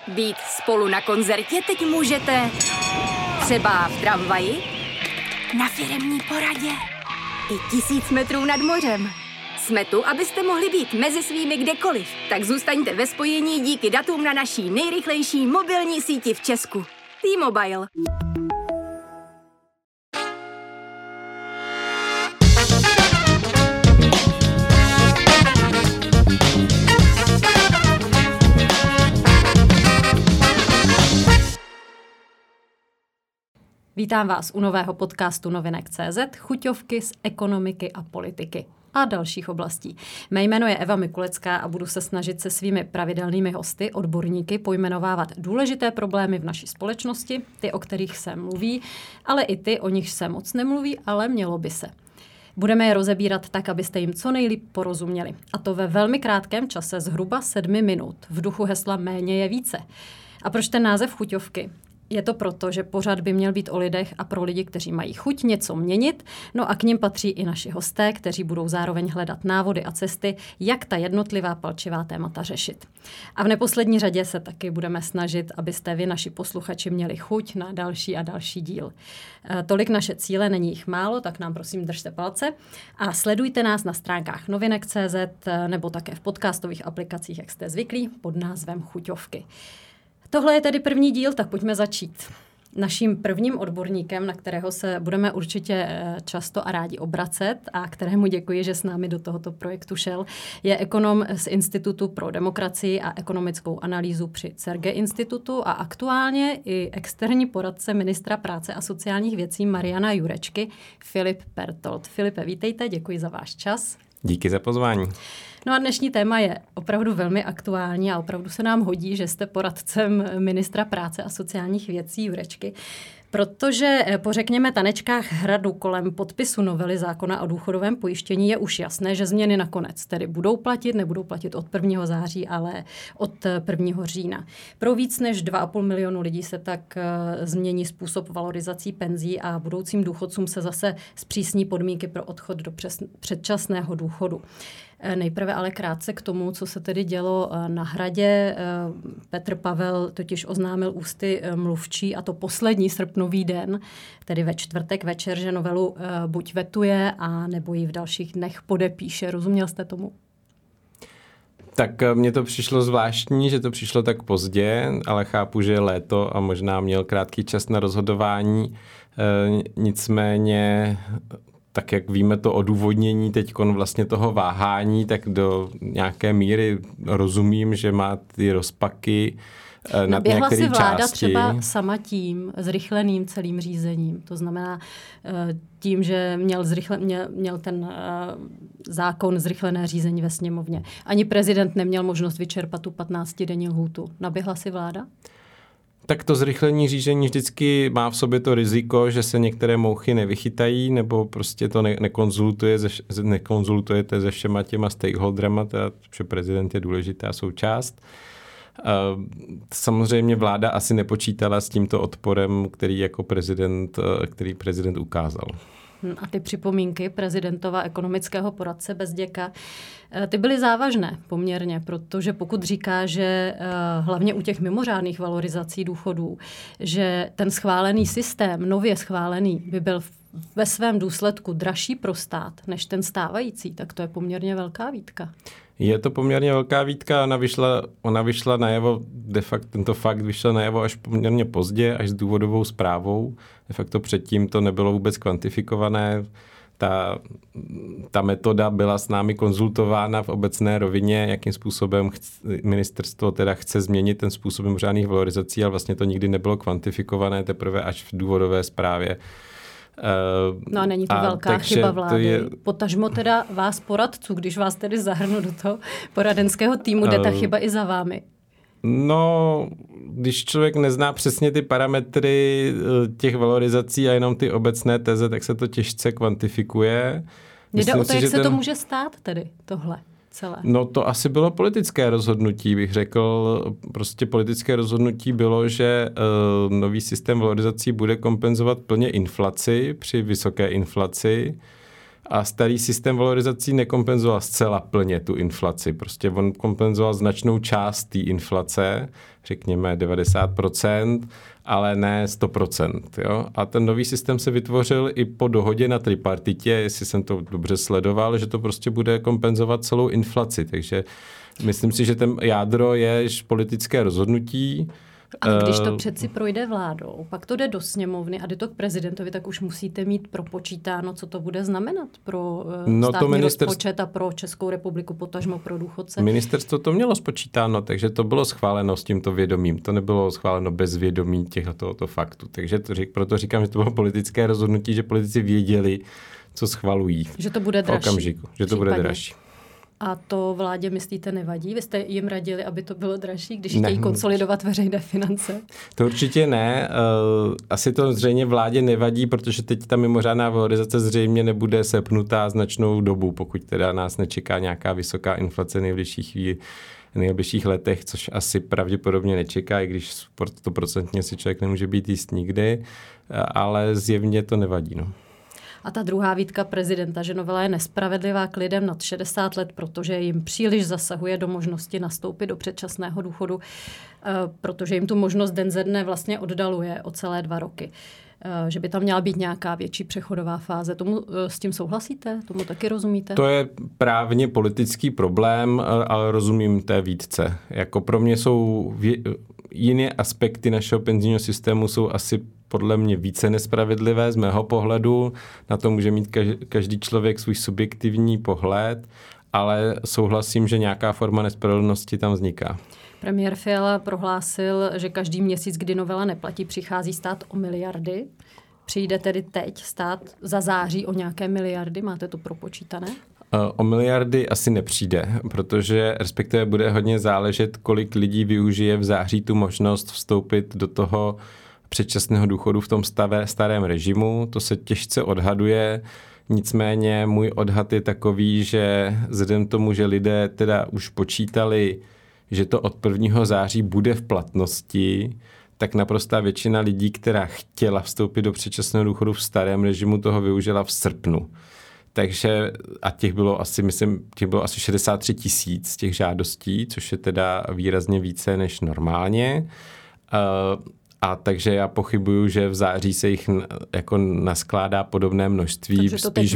Být spolu na koncertě teď můžete třeba v tramvaji, na firemní poradě i 1000 metrů nad mořem. Jsme tu, abyste mohli být mezi svými kdekoliv. Tak zůstaňte ve spojení díky datům na naší nejrychlejší mobilní síti v Česku. T-Mobile. Vítám vás u nového podcastu Novinek.cz, chuťovky z ekonomiky a politiky a dalších oblastí. Mé jméno je Eva Mikulecká a budu se snažit se svými pravidelnými hosty, odborníky, pojmenovávat důležité problémy v naší společnosti, ty, o kterých se mluví, ale i ty, o nich se moc nemluví, ale mělo by se. Budeme je rozebírat tak, abyste jim co nejlíp porozuměli. A to ve velmi krátkém čase, zhruba 7 minut, v duchu hesla méně je více. A proč ten název chuťovky? Je to proto, že pořad by měl být o lidech a pro lidi, kteří mají chuť něco měnit, no a k nim patří i naši hosté, kteří budou zároveň hledat návody a cesty, jak ta jednotlivá palčivá témata řešit. A v neposlední řadě se taky budeme snažit, abyste vy, naši posluchači, měli chuť na další a další díl. Tolik naše cíle, není jich málo, tak nám prosím držte palce a sledujte nás na stránkách Novinek.cz nebo také v podcastových aplikacích, jak jste zvyklí, pod názvem Chuťovky. Tohle je tedy první díl, tak pojďme začít. Naším prvním odborníkem, na kterého se budeme určitě často a rádi obracet a kterému děkuji, že s námi do tohoto projektu šel, je ekonom z Institutu pro demokracii a ekonomickou analýzu při CERGE institutu a aktuálně i externí poradce ministra práce a sociálních věcí Mariana Jurečky, Filip Pertold. Filipe, vítejte, děkuji za váš čas. Díky za pozvání. No a dnešní téma je opravdu velmi aktuální a opravdu se nám hodí, že jste poradcem ministra práce a sociálních věcí Jurečky, protože po řekněme tanečkách hradu kolem podpisu novely zákona o důchodovém pojištění je už jasné, že změny nakonec tedy budou platit, nebudou platit od 1. září, ale od 1. října. Pro víc než 2,5 milionu lidí se tak změní způsob valorizací penzí a budoucím důchodcům se zase zpřísní podmínky pro odchod do předčasného důchodu. Nejprve ale krátce k tomu, co se tedy dělo na hradě. Petr Pavel totiž oznámil ústy mluvčí, a to poslední srpnový den, tedy ve čtvrtek večer, že novelu buď vetuje, a nebo ji v dalších dnech podepíše. Rozuměl jste tomu? Tak mně to přišlo zvláštní, že to přišlo tak pozdě, ale chápu, že je léto a možná měl krátký čas na rozhodování. Nicméně, tak jak víme to odůvodnění teďkon vlastně toho váhání, tak do nějaké míry rozumím, že má ty rozpaky nad některé části. Naběhla si vláda třeba sama tím zrychleným celým řízením. To znamená tím, že měl ten zákon zrychlené řízení ve sněmovně. Ani prezident neměl možnost vyčerpat tu 15denní lhůtu. Naběhla si vláda? Tak to zrychlení řízení vždycky má v sobě to riziko, že se některé mouchy nevychytají, nebo prostě to nekonzultujete se všema těma stakeholderama, protože prezident je důležitá součást. Samozřejmě vláda asi nepočítala s tímto odporem, který prezident ukázal. A ty připomínky prezidentova ekonomického poradce Bezděka, ty byly závažné poměrně, protože pokud říká, že hlavně u těch mimořádných valorizací důchodů, že ten schválený systém, nově schválený, by byl ve svém důsledku dražší pro stát než ten stávající, tak to je poměrně velká výtka. Je to poměrně velká výtka, ona vyšla najevo, de facto tento fakt vyšel najevo až poměrně pozdě, až s důvodovou zprávou. De facto předtím to nebylo vůbec kvantifikované. Ta metoda byla s námi konzultována v obecné rovině, jakým způsobem ministerstvo teda chce změnit ten způsob mimořádných valorizací, ale vlastně to nikdy nebylo kvantifikované, teprve až v důvodové zprávě. No a není to velká chyba vlády. Potažmo teda vás poradců, když vás tedy zahrnu do toho poradenského týmu, jde ta chyba i za vámi? No, když člověk nezná přesně ty parametry těch valorizací a jenom ty obecné teze, tak se to těžce kvantifikuje. Jde o to, jak se to může stát tedy tohle celé? No to asi bylo politické rozhodnutí, bych řekl. Prostě politické rozhodnutí bylo, že nový systém valorizací bude kompenzovat plně inflaci při vysoké inflaci. A starý systém valorizací nekompenzoval zcela plně tu inflaci. Prostě on kompenzoval značnou část té inflace, řekněme 90%, ale ne 100%. Jo? A ten nový systém se vytvořil i po dohodě na tripartitě, jestli jsem to dobře sledoval, že to prostě bude kompenzovat celou inflaci. Takže myslím si, že ten jádro je politické rozhodnutí. A když to přeci projde vládou, pak to jde do sněmovny a jde to k prezidentovi, tak už musíte mít propočítáno, co to bude znamenat pro státní rozpočet a pro Českou republiku, potažmo pro důchodce. Ministerstvo to mělo spočítáno, takže to bylo schváleno s tímto vědomím. To nebylo schváleno bez vědomí tohoto faktu. Takže proto říkám, že to bylo politické rozhodnutí, že politici věděli, co schvalují. Že to bude dražší. V okamžiku, že to bude dražší. A to vládě, myslíte, nevadí? Vy jste jim radili, aby to bylo dražší, když chtějí konsolidovat veřejné finance? To určitě ne. Asi to zřejmě vládě nevadí, protože teď ta mimořádná valorizace zřejmě nebude sepnutá značnou dobu, pokud teda nás nečeká nějaká vysoká inflace v nejbližších letech, což asi pravděpodobně nečeká, i když 100% si člověk nemůže být jist nikdy, ale zjevně to nevadí. No. A ta druhá výtka prezidenta, že novela je nespravedlivá k lidem nad 60 let, protože jim příliš zasahuje do možnosti nastoupit do předčasného důchodu, protože jim tu možnost den ze dne vlastně oddaluje o celé 2 roky. Že by tam měla být nějaká větší přechodová fáze. S tím souhlasíte? Tomu taky rozumíte? To je právně politický problém, ale rozumím té výtce. Jako pro mě jsou jiné aspekty našeho penzijního systému jsou asi podle mě více nespravedlivé z mého pohledu. Na to může mít každý člověk svůj subjektivní pohled, ale souhlasím, že nějaká forma nespravedlnosti tam vzniká. Premiér Fiala prohlásil, že každý měsíc, kdy novela neplatí, přichází stát o miliardy. Přijde tedy teď stát za září o nějaké miliardy? Máte to propočítané? O miliardy asi nepřijde, protože respektive bude hodně záležet, kolik lidí využije v září tu možnost vstoupit do toho předčasného důchodu v tom starém režimu. To se těžce odhaduje. Nicméně můj odhad je takový, že vzhledem tomu, že lidé teda už počítali, že to od 1. září bude v platnosti, tak naprostá většina lidí, která chtěla vstoupit do předčasného důchodu v starém režimu, toho využila v srpnu. Takže a těch bylo asi 63 000 těch žádostí, což je teda výrazně více než normálně. A takže já pochybuju, že v září se jich jako naskládá podobné množství,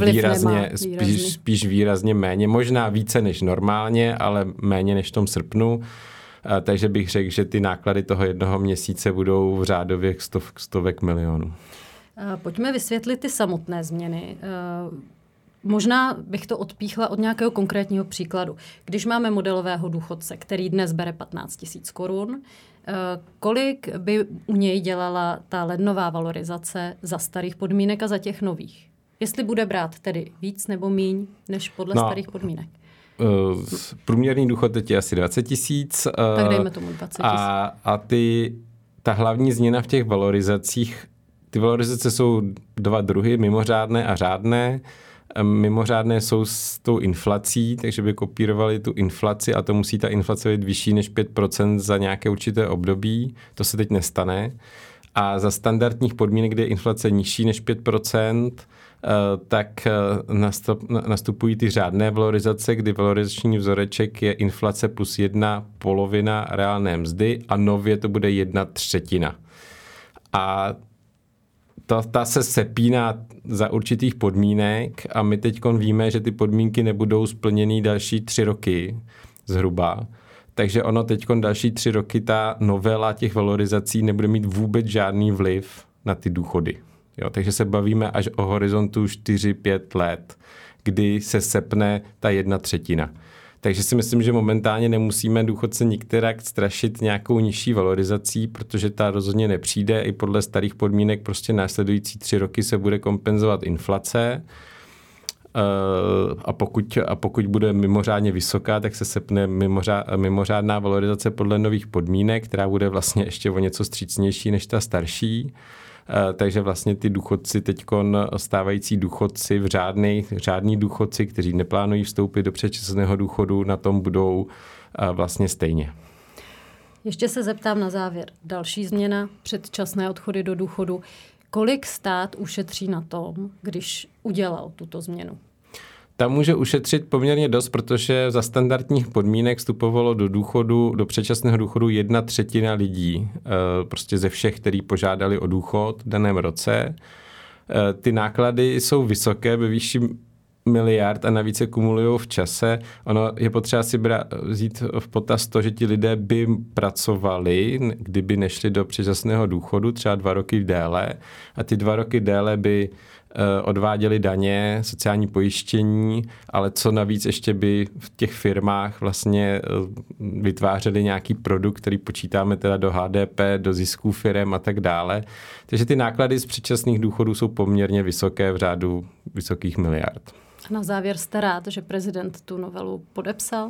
spíš výrazně méně, možná více než normálně, ale méně než v tom srpnu. Takže bych řekl, že ty náklady toho 1 měsíce budou v řádově stovek milionů. Pojďme vysvětlit ty samotné změny. Možná bych to odpíchla od nějakého konkrétního příkladu. Když máme modelového důchodce, který dnes bere 15 000 korun, kolik by u něj dělala ta lednová valorizace za starých podmínek a za těch nových? Jestli bude brát tedy víc nebo míň než podle starých podmínek? Průměrný důchod teď je asi 20 000. Tak dejme tomu 20 000. A ta hlavní změna v těch valorizacích, ty valorizace jsou 2 druhy, mimořádné a řádné. Mimořádné jsou s tou inflací, takže by kopírovali tu inflaci a to musí ta inflace být vyšší než 5% za nějaké určité období. To se teď nestane. A za standardních podmínek, kde je inflace nižší než 5%, tak nastupují ty řádné valorizace, kdy valorizační vzoreček je inflace plus 1/2 reálné mzdy a nově to bude 1/3. A ta se sepíná za určitých podmínek a my teď víme, že ty podmínky nebudou splněny další 3 roky zhruba. Takže ono teď další 3 roky ta novela těch valorizací nebude mít vůbec žádný vliv na ty důchody. Jo, takže se bavíme až o horizontu 4-5 let, kdy se sepne ta 1/3. Takže si myslím, že momentálně nemusíme důchodce nikterak strašit nějakou nižší valorizací, protože ta rozhodně nepřijde. I podle starých podmínek prostě následující 3 roky se bude kompenzovat inflace. A pokud bude mimořádně vysoká, tak se sepne mimořádná valorizace podle nových podmínek, která bude vlastně ještě o něco vstřícnější než ta starší. Takže vlastně ty důchodci stávající důchodci, řádní důchodci, kteří neplánují vstoupit do předčasného důchodu, na tom budou vlastně stejně. Ještě se zeptám na závěr. Další změna, předčasné odchody do důchodu. Kolik stát ušetří na tom, když udělal tuto změnu? Tam může ušetřit poměrně dost, protože za standardních podmínek vstupovalo do předčasného důchodu 1/3 lidí, prostě ze všech, kteří požádali o důchod v daném roce. Ty náklady jsou vysoké, ve výši miliard a navíc se kumulují v čase. Ono je potřeba si vzít v potaz to, že ti lidé by pracovali, kdyby nešli do předčasného důchodu, třeba 2 roky déle, a ty 2 roky déle by odváděli daně, sociální pojištění, ale co navíc ještě by v těch firmách vlastně vytvářeli nějaký produkt, který počítáme teda do HDP, do zisků firem a tak dále. Takže ty náklady z předčasných důchodů jsou poměrně vysoké, v řádu vysokých miliard. Na závěr jste rád, že prezident tu novelu podepsal?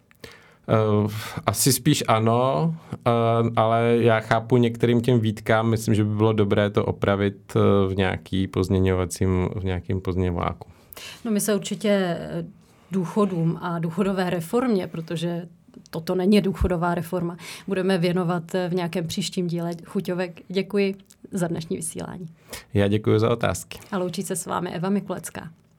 Asi spíš ano, ale já chápu některým těm výtkám, myslím, že by bylo dobré to opravit v nějakým pozměňováku. No my se určitě důchodům a důchodové reformě, protože toto není důchodová reforma, budeme věnovat v nějakém příštím díle. Chuťovek, děkuji za dnešní vysílání. Já děkuji za otázky. A loučí se s vámi Eva Mikulecká.